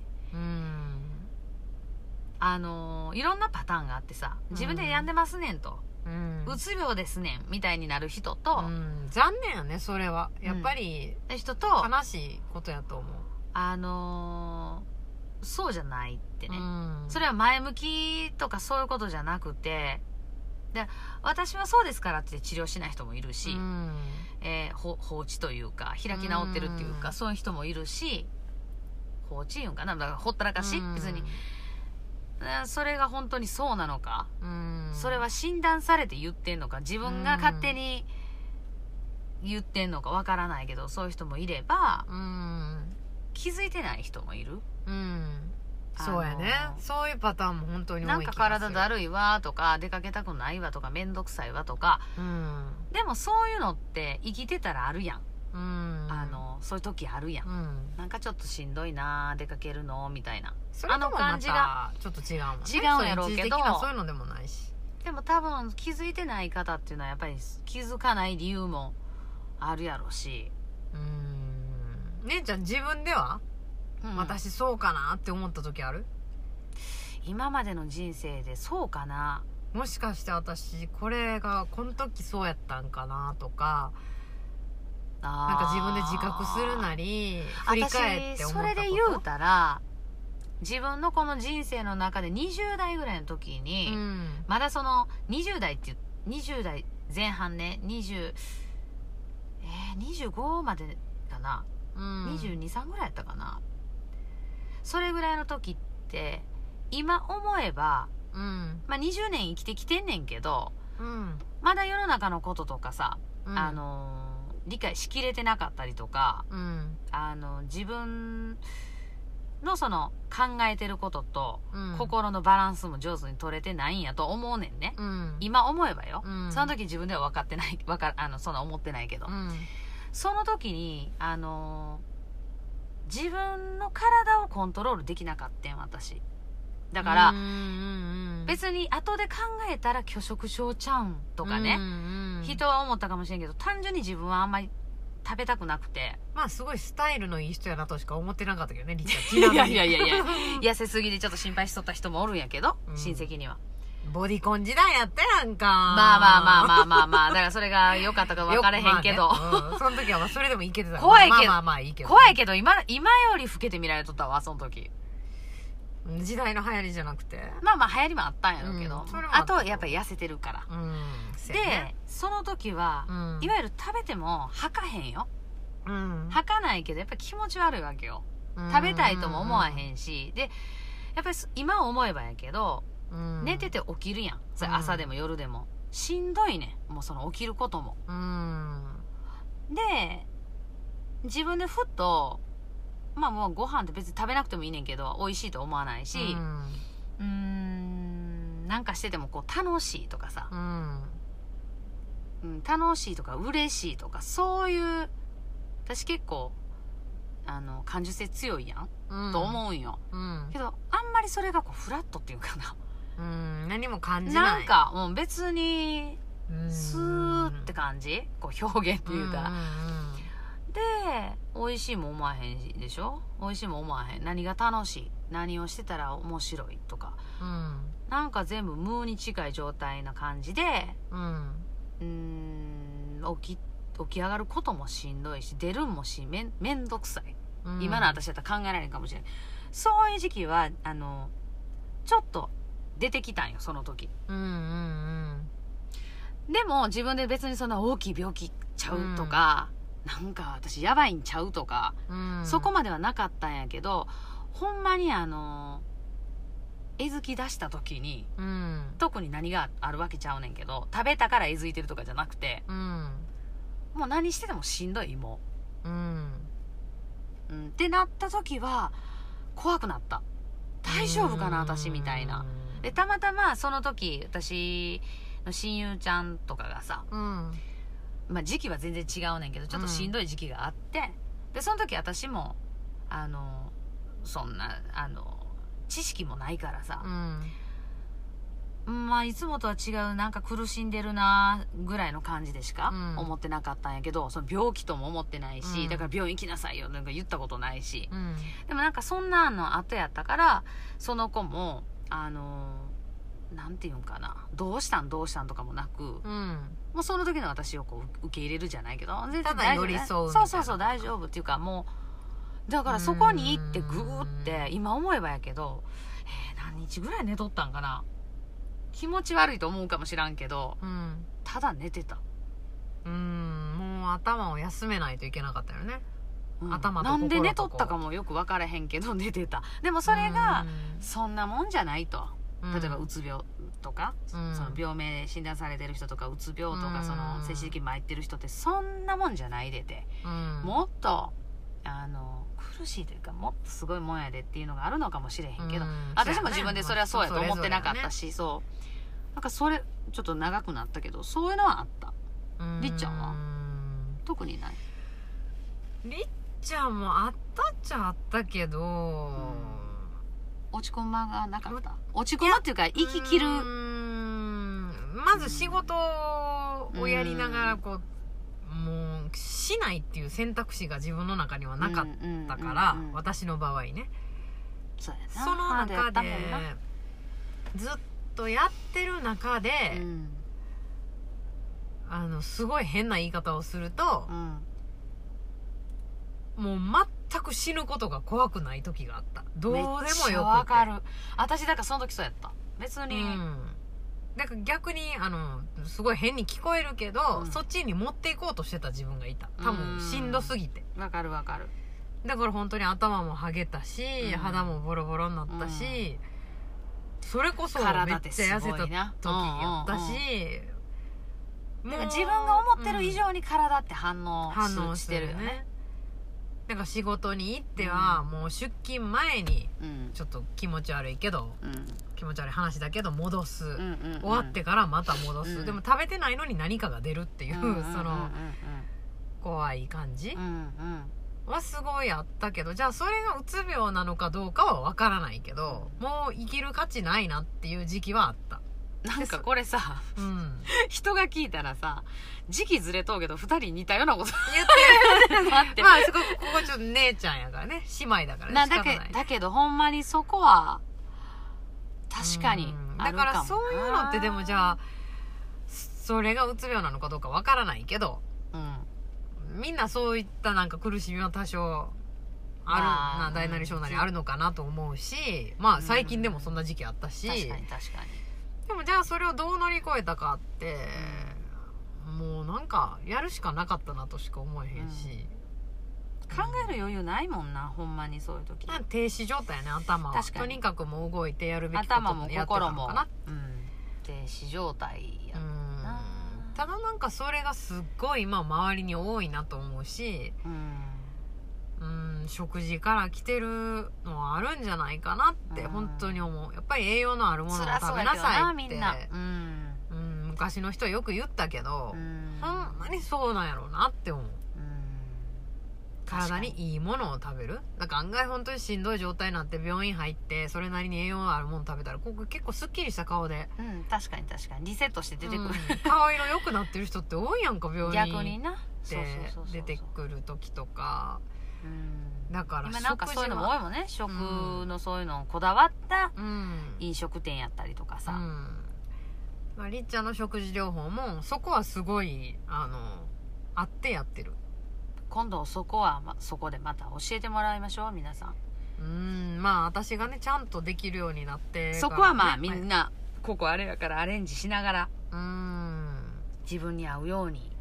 S1: いろんなパターンがあってさ、自分で病んでますねんと、うつ病ですねんみたいになる人と、
S2: 残念やね、それはやっぱり、
S1: 人と
S2: 悲しいことやと思う。
S1: そうじゃないってね、それは前向きとかそういうことじゃなくて、で私はそうですからって治療しない人もいるし、放置というか開き直ってるっていうか、そういう人もいるし、放置言うんかな、だからほったらかし、別にそれが本当にそうなのか、それは診断されて言ってんのか、自分が勝手に言ってんのかわからないけど、そういう人もいれば、気づいてない人もいる。
S2: そうやね、そういうパターンも本当に多い気がする。
S1: なんか体だるいわとか、出かけたくないわとか、めんどくさいわとか、でもそういうのって生きてたらあるやん、そういう時あるやん、なんかちょっとしんどいな、出かけるのみたいな、
S2: 感じがちょっと違うもんね。
S1: 違うんやろうけど、
S2: そういうのでもないし、
S1: でも多分気づいてない方っていうのはやっぱり気づかない理由もあるやろうし、
S2: 姉ちゃん自分では、私そうかなって思った時ある？
S1: 今までの人生でそうかな、
S2: もしかして私これがこの時そうやったんかなとか、なんか自分で自覚するなり振り返って思ったこと。
S1: 私それで言うたら、自分のこの人生の中で20代ぐらいの時に、まだその20代前半ね、25までかな、22、3ぐらいやったかな、それぐらいの時って今思えば、まあ20年生きてきてんねんけど、まだ世の中のこととかさ、理解しきれてなかったりとか、自分のその考えてることと、心のバランスも上手に取れてないんやと思うねんね、今思えばよ、その時自分では分かってない、そんな思ってないけど、その時に自分の体をコントロールできなかったん、私だから、別に後で考えたら拒食症ちゃうんとかね、人は思ったかもしれんけど、単純に自分はあんまり食べたくなくて、
S2: まあすごいスタイルのいい人やなとしか思ってなかったけどね、リチャー。
S1: いや痩せすぎでちょっと心配しとった人もおるんやけど、親戚には
S2: ボディコン時代やったやんか。
S1: まあだからそれが良かったか分からへんけど、
S2: その時はそれでもいけてた。
S1: 怖いけど、
S2: まあいいけど、
S1: 怖いけど今より老けて見られとったわ、その時。
S2: 時代の流行りじゃなくて、
S1: まあまあ流行りもあったんやろうけど、あとやっぱり痩せてるから、でその時は、いわゆる食べても吐かへんよ、吐かないけどやっぱり気持ち悪いわけよ、食べたいとも思わへんし、でやっぱり今思えばやけど、寝てて起きるやん、それ朝でも夜でもしんどいね、もうその起きることも、で自分でふっとまあもうご飯って別に食べなくてもいいねんけど美味しいと思わないし、なんかしててもこう楽しいとかさ、楽しいとか嬉しいとか、そういう私結構感受性強いやん、と思うんよ、けどあんまりそれがこうフラットっていうかな、
S2: 何も感じない、
S1: なんかもう別にスーって感じ、こう表現っていうか、で美味しいも思わへんでしょ、美味しいも思わへん、何が楽しい、何をしてたら面白いとか、なんか全部無に近い状態な感じで、起き上がることもしんどいし、出るんもめんどくさい、今の私だったら考えられんかもしれない、そういう時期はちょっと出てきたんよ、その時、でも自分で別にそんな大きい病気ちゃうとか、なんか私やばいんちゃうとか、そこまではなかったんやけど、ほんまにえずき出した時に、特に何があるわけちゃうねんけど、食べたからえずいてるとかじゃなくて、もう何しててもしんどい、もうってなった時は怖くなった、大丈夫かな私みたいな。でたまたまその時私の親友ちゃんとかがさ、まあ時期は全然違うねんけどちょっとしんどい時期があって、でその時私もそんな知識もないからさ、まあいつもとは違う、なんか苦しんでるなぐらいの感じでしか思ってなかったんやけど、その病気とも思ってないし、だから病院行きなさいよなんか言ったことないし、でもなんかそんなの後やったから、その子もなんていうんかな、どうしたんとかもなく、もうその時の私をこう受け入れるじゃないけど、全然大丈夫、ね、そう大丈夫っていうか、もうだからそこに行ってグーって今思えばやけど、何日ぐらい寝とったんかな、気持ち悪いと思うかもしらんけど、ただ寝てた。
S2: もう頭を休めないといけなかったよね、頭と心と
S1: なんで寝とったかもよく分からへんけど寝てた。でもそれがそんなもんじゃないと、例えばうつ病とか、その病名診断されてる人とかうつ病とか、その精神的に参ってる人ってそんなもんじゃないでて、もっと苦しいというか、もっとすごいもんやでっていうのがあるのかもしれへんけど、私も自分でそれはそうやと思ってなかったし、そうなんかそれちょっと長くなったけど、そういうのはあった。りっちゃんは特にない？
S2: りっちゃんもあったっちゃあったけど、
S1: 落ち込まがなかった？落ち込むっていうか生き切る、
S2: まず仕事をやりながらこう、もうしないっていう選択肢が自分の中にはなかったから、私の場合ね、
S1: そうやな、
S2: その中でずっとやってる中で、すごい変な言い方をすると、もう全く死ぬことが怖くない時があった。どうでもよくて。めっちゃわ
S1: かる。私だからその時そうやった。別に、
S2: だから逆にすごい変に聞こえるけど、そっちに持っていこうとしてた自分がいた。多分しんどすぎて。
S1: わかる。
S2: だから本当に頭も剥げたし、肌もボロボロになったし、それこそめっちゃ痩せた時やったし、
S1: もう自分が思ってる以上に体って反応してるよね。
S2: だから仕事に行ってはもう出勤前にちょっと気持ち悪いけど、気持ち悪い話だけど戻す、終わってからまた戻す、でも食べてないのに何かが出るっていう、その怖い感じはすごいあったけど、じゃあそれがうつ病なのかどうかは分からないけど、もう生きる価値ないなっていう時期はあった。
S1: なんかこれさ、人が聞いたらさ、時期ずれとうけど2人似たようなこと
S2: 言ってるまあここちょっと姉ちゃんやからね、姉妹だからね、
S1: だけどほんまにそこは確かにあるかも。
S2: だからそういうのってでもじゃあそれがうつ病なのかどうかわからないけど、みんなそういったなんか苦しみは多少ある大なり小なりあるのかなと思うし、まあ最近でもそんな時期あったし、
S1: 確かに確かに。
S2: でもじゃあそれをどう乗り越えたかって、もうなんかやるしかなかったなとしか思えへんし、
S1: 考える余裕ないもんな、ほんまにそういう時。
S2: 停止状態やね、頭は。
S1: 確かに
S2: とにかくもう動いてやるべきこと
S1: 頭も
S2: やってた
S1: 心も
S2: のかな。
S1: 停止状態やな。
S2: ただなんかそれがすっごい今周りに多いなと思うし、食事から来てるのはあるんじゃないかなって本当に思う。やっぱり栄養のあるものを食べなさいって、昔の人はよく言ったけど、ほんまにそうなんやろうなって思う。体にいいものを食べる。だから案外本当にしんどい状態になって病院入ってそれなりに栄養のあるもの食べたらここ結構すっきりした顔で、
S1: 確かに確かにリセットして出てくる、
S2: 顔色良くなってる人って多いやんか、病院
S1: 逆にな
S2: って出てくる時とか。だから
S1: 今なんかそういうのも多いもんね、食のそういうのをこだわった飲食店やったりとかさ、りっちゃんの食事療法もそこはすごいあってやってる。今度そこは、そこでまた教えてもらいましょう皆さん。
S2: まあ私がねちゃんとできるようになってから、ね、
S1: そこはまあみんなここあれやからアレンジしながら自分に合うように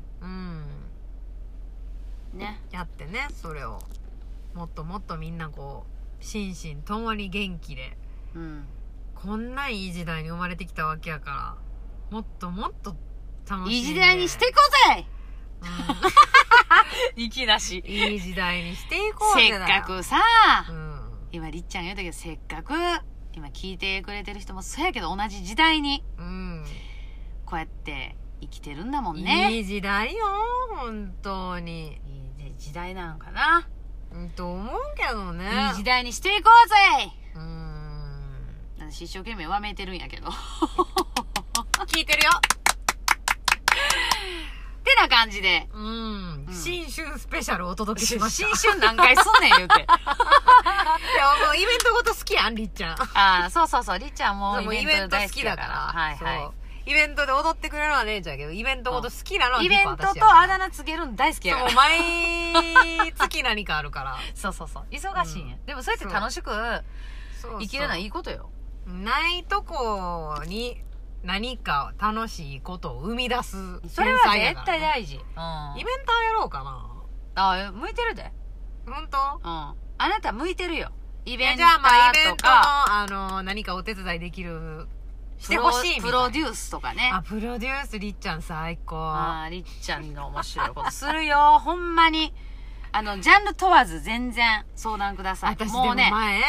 S1: ね
S2: やってね、それをもっともっとみんなこう心身ともに元気で、こんないい時代に生まれてきたわけやから、もっともっと楽しい、
S1: いい時代にしていこうぜ粋なし
S2: いい時代にしていこうぜ。
S1: せっかくさ、今りっちゃんが言うたけど、せっかく今聞いてくれてる人もそうやけど同じ時代にこうやって生きてるんだもんね。
S2: いい時代よ、本当に
S1: いい時代なのかな
S2: と思うけどね。
S1: いい時代にしていこうぜ。私一生懸命わめいてるんやけど
S2: 聞いてるよ
S1: ってな感じで、
S2: 新春スペシャルお届けしました。
S1: 新春何回すんねん言うていや
S2: もうイベントごと好きやん、りっちゃん。
S1: そうりっちゃんもイベント大好きだから。
S2: イベントで踊ってくれるのは姉ちゃんやけど、イベントごと好きなのは
S1: イベントとあだ名つけるの大好きやから。
S2: そう、毎月何かあるから
S1: そう忙しいんや、でもそうやって楽しく生きるのはいいことよ。
S2: ないとこに何か楽しいことを生み出す。
S1: それは絶対大事。イベン
S2: ターやろうかな。
S1: 向いてるで。
S2: 本当？
S1: あなた向いてるよ。イベント
S2: じゃあまあイベントの何かお手伝いできるしてほしいみたいな。
S1: プロデュースとかね。
S2: プロデュース、りっちゃん最高。
S1: りっちゃんの面白いことするよほんまに。ジャンル問わず全然相談ください。
S2: 私もうね、でも前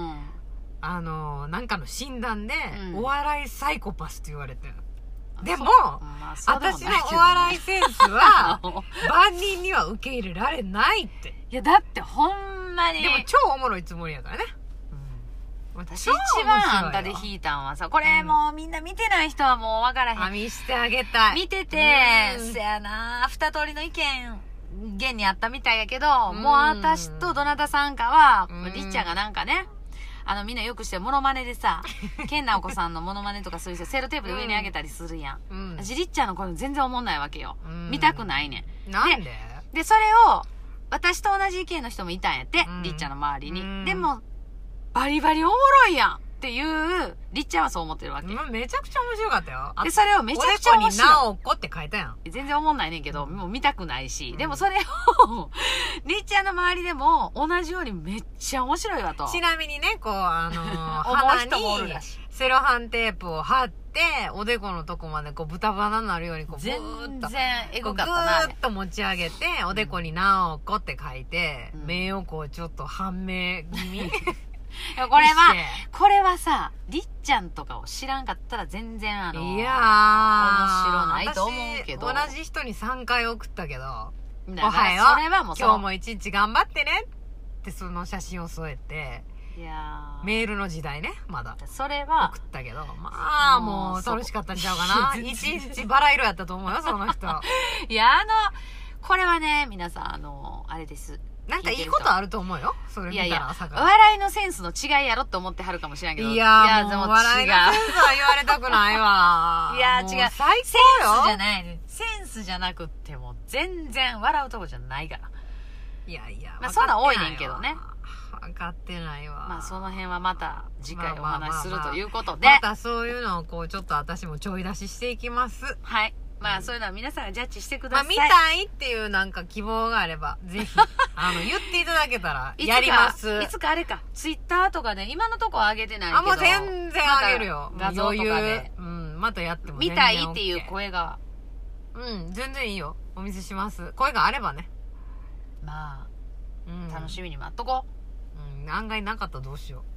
S2: なんかの診断で、お笑いサイコパスって言われてる。でも、私のお笑いセンスは万人には受け入れられないって。
S1: いやだってほんまに。
S2: でも超おもろいつもりやからね。
S1: 私一番あんたで弾いたんはさ、これもうみんな見てない人はもう分からへん。
S2: 見してあげたい。
S1: 見てて、せやな、二通りの意見現にあったみたいやけど、もう私とどなたさんかは、りっちゃんがなんかね、みんなよくしてモノマネでさ、ケンナオコさんのモノマネとかそういうセロテープで上に上げたりするやん。私りっちゃんの声全然思んないわけよ。見たくないねん。
S2: なん
S1: で、それを、私と同じ意見の人もいたんやって、りっちゃんの周りに。でも、バリバリおもろいやんっていう、りっちゃんはそう思ってるわけ。
S2: めちゃくちゃ面白かったよ。
S1: で、それをめちゃくちゃ面白い。
S2: おでこになおこって書いたやん。
S1: 全然思んないねんけど、もう見たくないし。でもそれを、りっちゃんの周りでも同じようにめっちゃ面白いわと。
S2: ちなみにね、こう、鼻にセロハンテープを貼って、おでこのとこまでこう、豚バラになるようにこう、
S1: 全然エゴかったな。
S2: ぐーっと持ち上げて、おでこになおこって書いて、目をこう、ちょっと半目気味。
S1: これはさ、りっちゃんとかを知らんかったら全然
S2: いや
S1: ー、面白ないと思うけど。
S2: 同じ人に3回送ったけど、お
S1: はよう、それはもう
S2: 今日も一日頑張ってねってその写真を添えて、
S1: いや
S2: メールの時代ね、まだ。
S1: それは。
S2: 送ったけど、まあもう楽しかったんちゃうかな。一日バラ色やったと思うよ、その人。
S1: いや、これはね、皆さん、あれです。
S2: なんかいいことあると思うよ。それ見たら。いやいや、
S1: 笑いのセンスの違いやろって思ってはるかもしれんけど。
S2: いやでも笑いのセンスは言われたくないわ。
S1: いや、違う。
S2: 最高よ。
S1: センスじゃないね。センスじゃなくっても全然笑うとこじゃないから。
S2: いやいや。
S1: まあそんなん多いねんけどね。
S2: 分かってないわ。
S1: まあその辺はまた次回お話しするということで、
S2: またそういうのをこうちょっと私もちょい出ししていきます。
S1: はい。まあそういうのは皆さんがジャッジしてください。
S2: 見たいっていうなんか希望があればぜひ言っていただけたらやります。
S1: いつかあれか、ツイッターとかで今のとこ上げてないけど、
S2: もう全然上げるよ、
S1: 画像とかで、
S2: またやっても
S1: 見たいっていう声が、
S2: 全然いいよ、お見せします。声があればね。
S1: まあ、楽しみに待っとこ
S2: う。案外なかったらどうしよ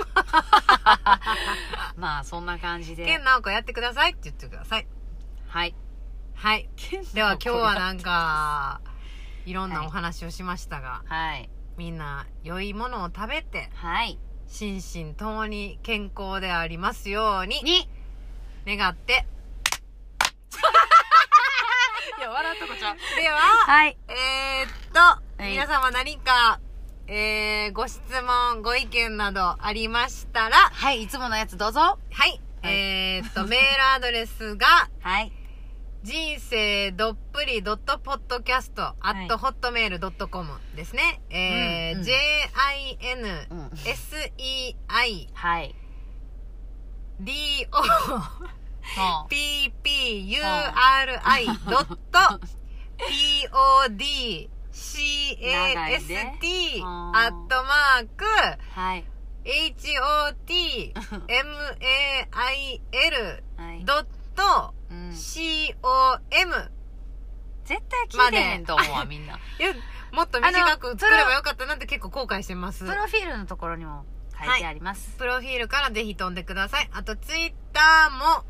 S1: う。まあそんな感じで、
S2: 健直子やってくださいって言ってください。
S1: はい
S2: はい。では今日はなんかいろんなお話をしましたが、
S1: はい、
S2: みんな良いものを食べて、
S1: はい、
S2: 心身ともに健康でありますように願って
S1: いや笑っとこちゃう。
S2: では、
S1: はい、
S2: 皆様何か、ご質問ご意見などありましたら、
S1: はい、いつものやつどうぞ。
S2: はい、メールアドレスが、
S1: はい、
S2: 人生どっぷり.podcast@hotmail.com ですね。JINSEI
S1: はい
S2: PPURI.PODCAST@hotmail.com
S1: 絶対聞いてへんと思うわみんな。
S2: もっと短く作ればよかったなんて結構後悔してます。
S1: プロフィールのところにも書いてあります。
S2: プロフィールからぜひ飛んでください。あとツイッターも、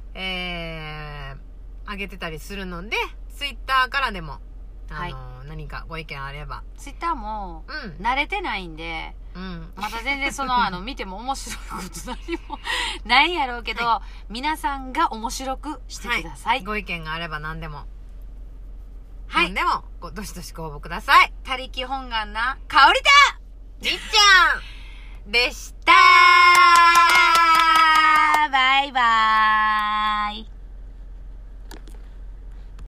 S2: 上げてたりするので、ツイッターからでも何かご意見あれば。
S1: ツイッターも慣れてないんで、また全然見ても面白いこと何もないやろうけど、皆さんが面白くしてください。
S2: ご意見があれば何でも、何でもどしどしご応募ください。
S1: 他力本願な香りだ
S2: りっちゃんでした。
S1: バイバーイ。